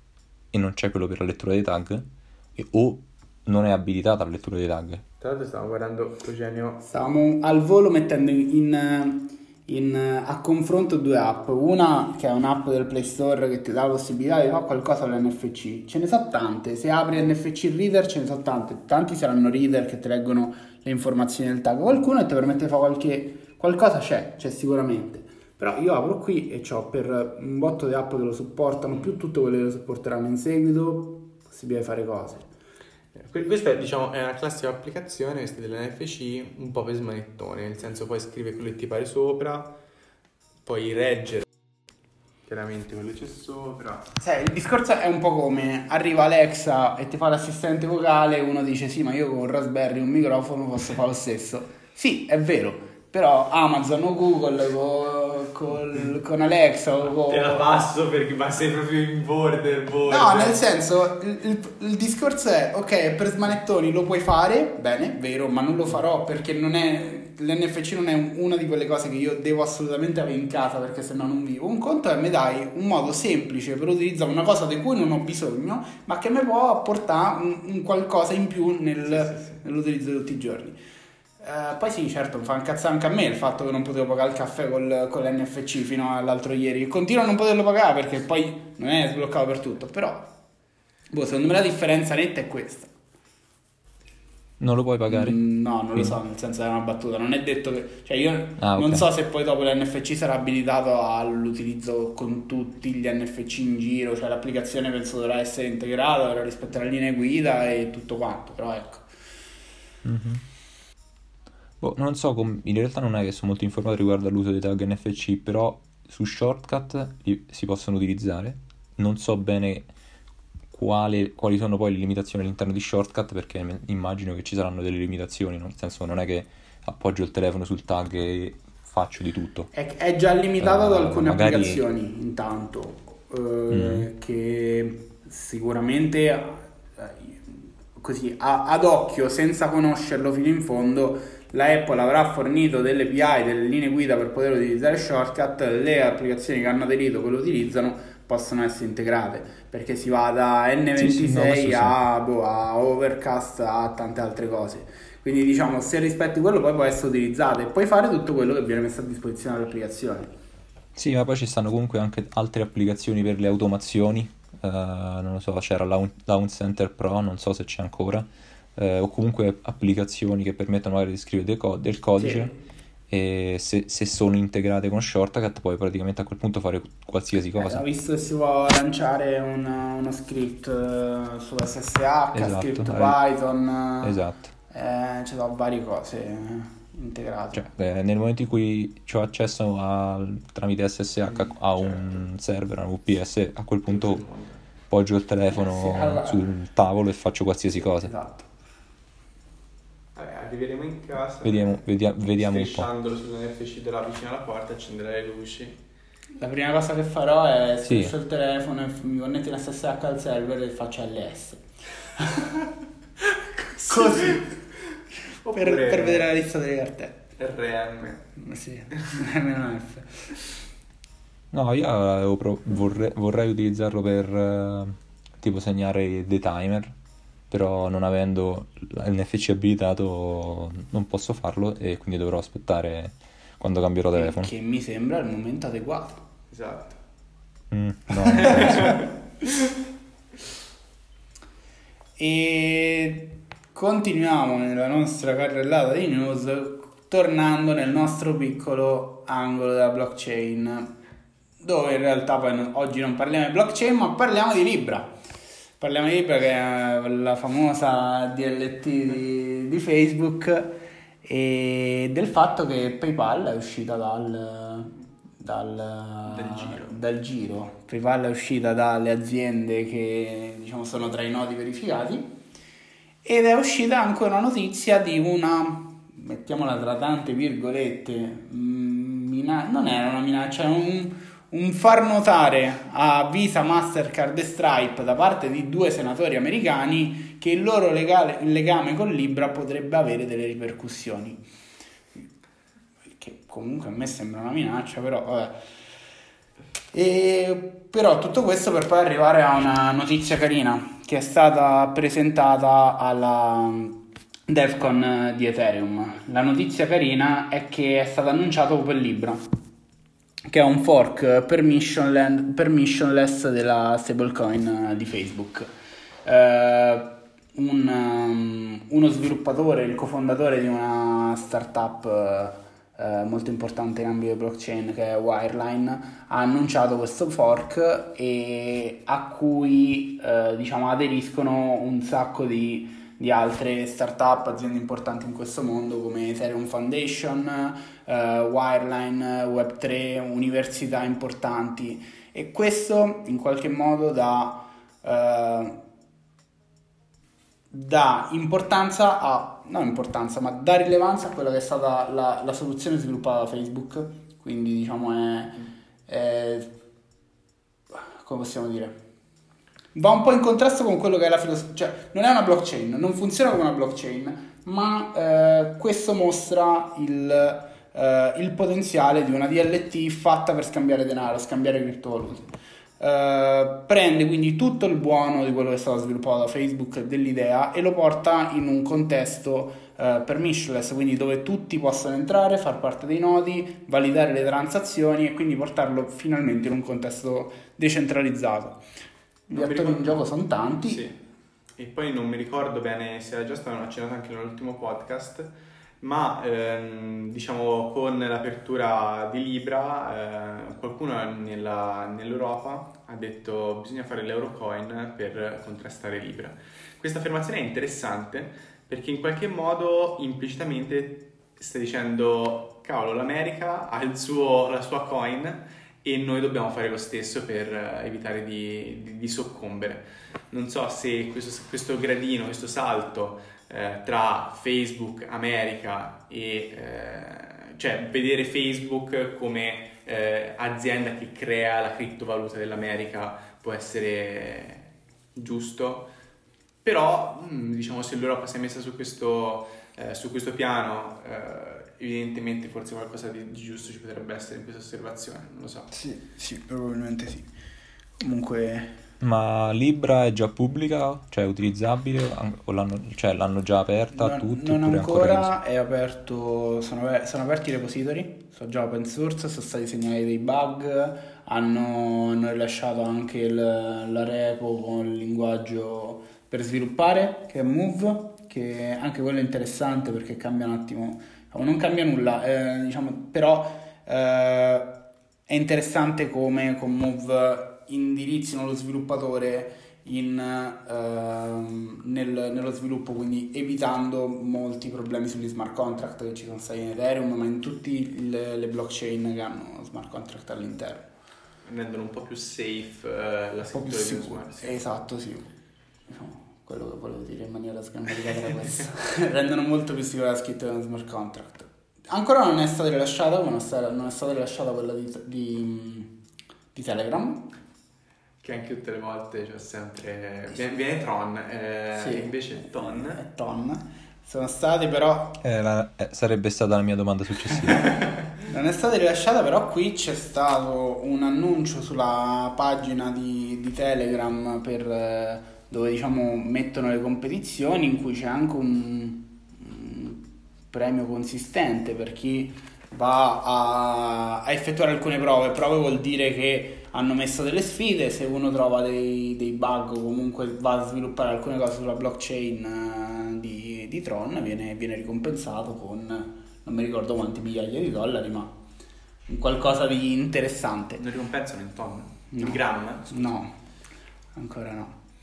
e non c'è quello per la lettura dei tag, e- o non è abilitata la lettura dei tag. Tra l'altro stavo guardando Eugenio. Stavamo al volo mettendo in, in- a confronto due app. Una che è un'app del Play Store che ti dà la possibilità di fare qualcosa all'N F C. Ce ne so tante. Se apri N F C Reader ce ne so tante. Tanti saranno reader che ti leggono le informazioni del tag. Qualcuno che ti permette di fare qualche... qualcosa c'è, c'è sicuramente. Però io apro qui e c'ho per un botto di app che lo supportano, più tutte quelle che lo supporteranno in seguito, possibilità di fare cose. Que- Questa diciamo è una classica applicazione, questa dell'N F C, un po' per smanettone, nel senso puoi scrivere quello che ti pare sopra, puoi reggere chiaramente quello che c'è sopra. Sai, il discorso è un po' come arriva Alexa e ti fa l'assistente vocale, uno dice sì, ma io con un Raspberry e un microfono posso fare lo stesso. Sì, è vero, però Amazon o Google co- col- con Alexa o con... Te la passo perché ma sei proprio in border, border. No, nel senso, il, il- il discorso è, ok, per smanettoni lo puoi fare, bene, vero, ma non lo farò perché non è... L'N F C non è un- una di quelle cose che io devo assolutamente avere in casa perché sennò non vivo. Un conto è mi dai un modo semplice per utilizzare una cosa di cui non ho bisogno, ma che mi può apportare un, un qualcosa in più nel- Sì, sì, sì. nell'utilizzo di tutti i giorni. Eh, poi sì, certo, mi fa incazzare anche a me il fatto che non potevo pagare il caffè col, con l'N F C fino all'altro ieri. Continuo a non poterlo pagare perché poi non è sbloccato per tutto, però boh, secondo me la differenza netta è questa. Non lo puoi pagare? Mm, no, non Quindi- lo so, nel senso è una battuta, non è detto che... Cioè io Ah, non ok. so se poi dopo l'N F C sarà abilitato all'utilizzo con tutti gli N F C in giro, cioè l'applicazione penso dovrà essere integrata, dovrà rispettare le linee guida e tutto quanto, però ecco. Mhm. Boh, non so, com- in realtà non è che sono molto informato riguardo all'uso dei tag N F C, però su Shortcut li- si possono utilizzare. Non so bene quale- quali sono poi le limitazioni all'interno di Shortcut, perché me- immagino che ci saranno delle limitazioni, nel senso non è che appoggio il telefono sul tag e faccio di tutto. È, è già limitato da Eh, alcune magari- applicazioni intanto, eh, Mm. che sicuramente eh, così a- ad occhio, senza conoscerlo fino in fondo, la Apple avrà fornito delle A P I, delle linee guida per poter utilizzare Shortcut. Le applicazioni che hanno aderito, che lo utilizzano, possono essere integrate, perché si va da N ventisei Sì, sì, no, questo sì. a, boh, a Overcast a tante altre cose. Quindi diciamo, se rispetti quello poi può essere utilizzato e puoi fare tutto quello che viene messo a disposizione dall'applicazione. Sì, ma poi ci stanno comunque anche altre applicazioni per le automazioni. Eh, non lo so, c'era Laun- Launch Center Pro, non so se c'è ancora, eh, o comunque applicazioni che permettono magari di scrivere del, co- del codice e se, se sono integrate con Shortcut puoi praticamente a quel punto fare qualsiasi Eh, cosa. ho visto che si può lanciare un- uno script eh, su S S H, Esatto, script eh. Python, eh, Esatto. eh, ci sono varie cose eh, integrate. Cioè, eh, nel momento in cui ho accesso a- tramite S S H a un server, a un U P S, a quel punto poggio il telefono Sì, allora- sul tavolo e faccio qualsiasi cosa. Esatto. Vabbè, arriveremo in casa. Vediamo, vedia- vediamo un po'. Strisciandolo sull'N F C della vicino alla porta, accenderai le luci. La prima cosa che farò è Sì. striscio il telefono e f- mi connetto in S S H al server e faccio L S. Così. Per, Oppure per vedere la lista delle cartelle. R M. Sì, meno F. No, io avevo pro- vorrei, vorrei utilizzarlo per eh, tipo segnare dei timer, però non avendo l'N F C abilitato non posso farlo e quindi dovrò aspettare quando cambierò telefono. Che mi sembra il momento adeguato. Esatto. Mm, no, non penso. E continuiamo nella nostra carrellata di news, tornando nel nostro piccolo angolo della blockchain, dove in realtà poi no- oggi non parliamo di blockchain ma parliamo di Libra. Parliamo di Libra, che è la famosa D L T di, di Facebook, e del fatto che PayPal è uscita dal, dal, dal, giro. dal giro. PayPal è uscita dalle aziende che, diciamo, sono tra i noti verificati, ed è uscita anche una notizia di una, mettiamola tra tante virgolette, mina- non era una minaccia, era un, un far notare a Visa, Mastercard e Stripe da parte di due senatori americani che il loro legale, il legame con Libra potrebbe avere delle ripercussioni. Che comunque a me sembra una minaccia, però vabbè. E, però tutto questo per poi arrivare a una notizia carina che è stata presentata alla DevCon di Ethereum. La notizia carina è che è stato annunciato Open Libra, che è un fork permissionless, permissionless della stablecoin di Facebook. Eh, un, um, uno sviluppatore, il cofondatore di una startup eh, molto importante in ambito blockchain, che è Wireline, ha annunciato questo fork, e a cui eh, diciamo aderiscono un sacco di di altre startup, aziende importanti in questo mondo come Ethereum Foundation, eh, Wireline, web tre, università importanti, e questo in qualche modo dà, eh, dà importanza a, non importanza, ma dà rilevanza a quella che è stata la, la soluzione sviluppata da Facebook, quindi diciamo è, è come possiamo dire, va un po' in contrasto con quello che è la filosofia, cioè non è una blockchain, non funziona come una blockchain, ma eh, questo mostra il, eh, il potenziale di una D L T fatta per scambiare denaro, scambiare criptovalute. Eh, prende quindi tutto il buono di quello che è stato sviluppato da Facebook, dell'idea, e lo porta in un contesto eh, permissionless, quindi dove tutti possono entrare, far parte dei nodi, validare le transazioni, e quindi portarlo finalmente in un contesto decentralizzato. Gli Non mi attori ricordo- in gioco sono tanti. Sì. E poi non mi ricordo bene se era già stato accennato anche nell'ultimo podcast, ma ehm, diciamo con l'apertura di Libra eh, qualcuno nella- nell'Europa ha detto bisogna fare l'Eurocoin per contrastare Libra. Questa affermazione è interessante perché in qualche modo implicitamente sta dicendo cavolo, l'America ha il suo, la sua coin e noi dobbiamo fare lo stesso per eh, evitare di, di, di soccombere. Non so se questo, questo gradino, questo salto eh, tra Facebook, America e eh, cioè vedere Facebook come eh, azienda che crea la criptovaluta dell'America può essere giusto, però mh, diciamo se l'Europa si è messa su questo, eh, su questo piano, eh, evidentemente forse qualcosa di, di giusto ci potrebbe essere in questa osservazione, non lo so. Sì, sì, probabilmente sì. Comunque, Ma Libra è già pubblica? Cioè è utilizzabile? O l'hanno, cioè, l'hanno già aperta a non, tutti? non oppure ancora è aperto, sono, aper- sono aperti i repository, sono già open source, sono stati segnalati dei bug, hanno, hanno rilasciato anche il, la repo con il linguaggio per sviluppare, che è Move, che anche quello è interessante perché cambia un attimo, non cambia nulla, eh, diciamo, però eh, è interessante come con Move indirizzino lo sviluppatore in, ehm, nel, nello sviluppo, quindi evitando molti problemi sugli smart contract che ci sono stati in Ethereum, ma in tutte le, le blockchain che hanno smart contract all'interno. Rendono un po' più safe eh, la Un po' scrittura più di sicuro. usuario. Sì. Esatto, sì. Diciamo, quello che volevo dire in maniera sgrammaticata era questo. Rendono molto più sicura la scrittura di uno smart contract. Ancora non è stata rilasciata, come non è stata, non è stata rilasciata quella di, di, di Telegram. Che anche tutte le volte c'è sempre viene, viene Tron, eh, Sì. invece Ton. E Ton. Sono stati però... Eh, la- eh, sarebbe stata la mia domanda successiva. Non è stata rilasciata, però qui c'è stato un annuncio sulla pagina di, di Telegram per, eh, dove diciamo mettono le competizioni, in cui c'è anche un, un premio consistente per chi va a, a effettuare alcune prove. Prove vuol dire che hanno messo delle sfide, se uno trova dei, dei bug o comunque va a sviluppare alcune cose sulla blockchain eh, di, di Tron, viene, viene ricompensato con non mi ricordo quanti migliaia di dollari, ma un qualcosa di interessante. Non ricompensano in Ton? No. In gram? No, ancora no.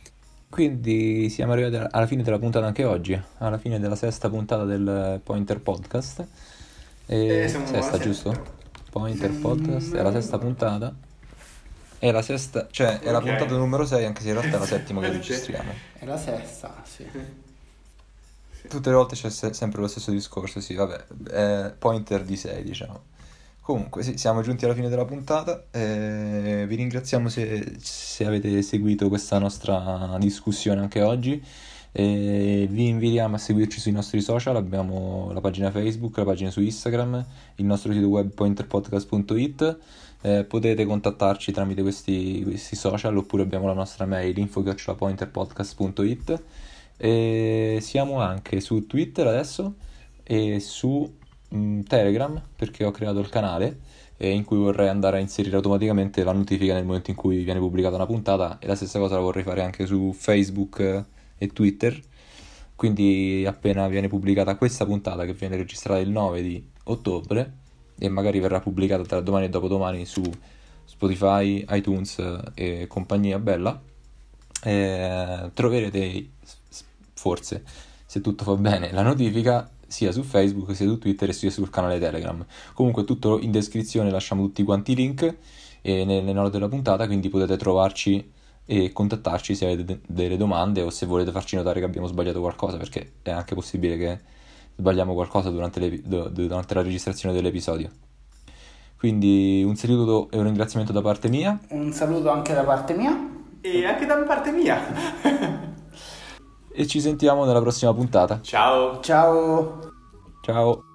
Quindi siamo arrivati alla fine della puntata anche oggi, alla fine della sesta puntata del Pointer Podcast. E Eh, siamo alla sesta, sesta. giusto? Pointer Podcast è la sesta puntata. È la sesta, cioè è la Ok. puntata numero sei, anche se in realtà è la settima che Sì. registriamo. È la sesta, sì. Tutte le volte c'è se- sempre lo stesso discorso, sì, vabbè, è Pointer di sei, diciamo. Comunque, sì, siamo giunti alla fine della puntata. Eh, vi ringraziamo se, se avete seguito questa nostra discussione anche oggi. Eh, vi invitiamo a seguirci sui nostri social. Abbiamo la pagina Facebook, la pagina su Instagram, il nostro sito web pointerpodcast punto it. Eh, potete contattarci tramite questi, questi social, oppure abbiamo la nostra mail info chiocciola pointerpodcast punto it. E siamo anche su Twitter adesso e su mh, Telegram, perché ho creato il canale eh, in cui vorrei andare a inserire automaticamente la notifica nel momento in cui viene pubblicata una puntata, e la stessa cosa la vorrei fare anche su Facebook eh, e Twitter. Quindi appena viene pubblicata questa puntata, che viene registrata il nove di ottobre e magari verrà pubblicata tra domani e dopodomani su Spotify, iTunes eh, e compagnia bella, eh, troverete s- forse, se tutto va bene, la notifica sia su Facebook, sia su Twitter e sia sul canale Telegram. Comunque tutto in descrizione, lasciamo tutti quanti i link eh, nelle note della puntata, quindi potete trovarci e contattarci se avete de- delle domande o se volete farci notare che abbiamo sbagliato qualcosa, perché è anche possibile che sbagliamo qualcosa durante, le- du- durante la registrazione dell'episodio. Quindi un saluto e un ringraziamento da parte mia. Un saluto anche da parte mia. E anche da parte mia. E ci sentiamo nella prossima puntata. Ciao. Ciao. Ciao.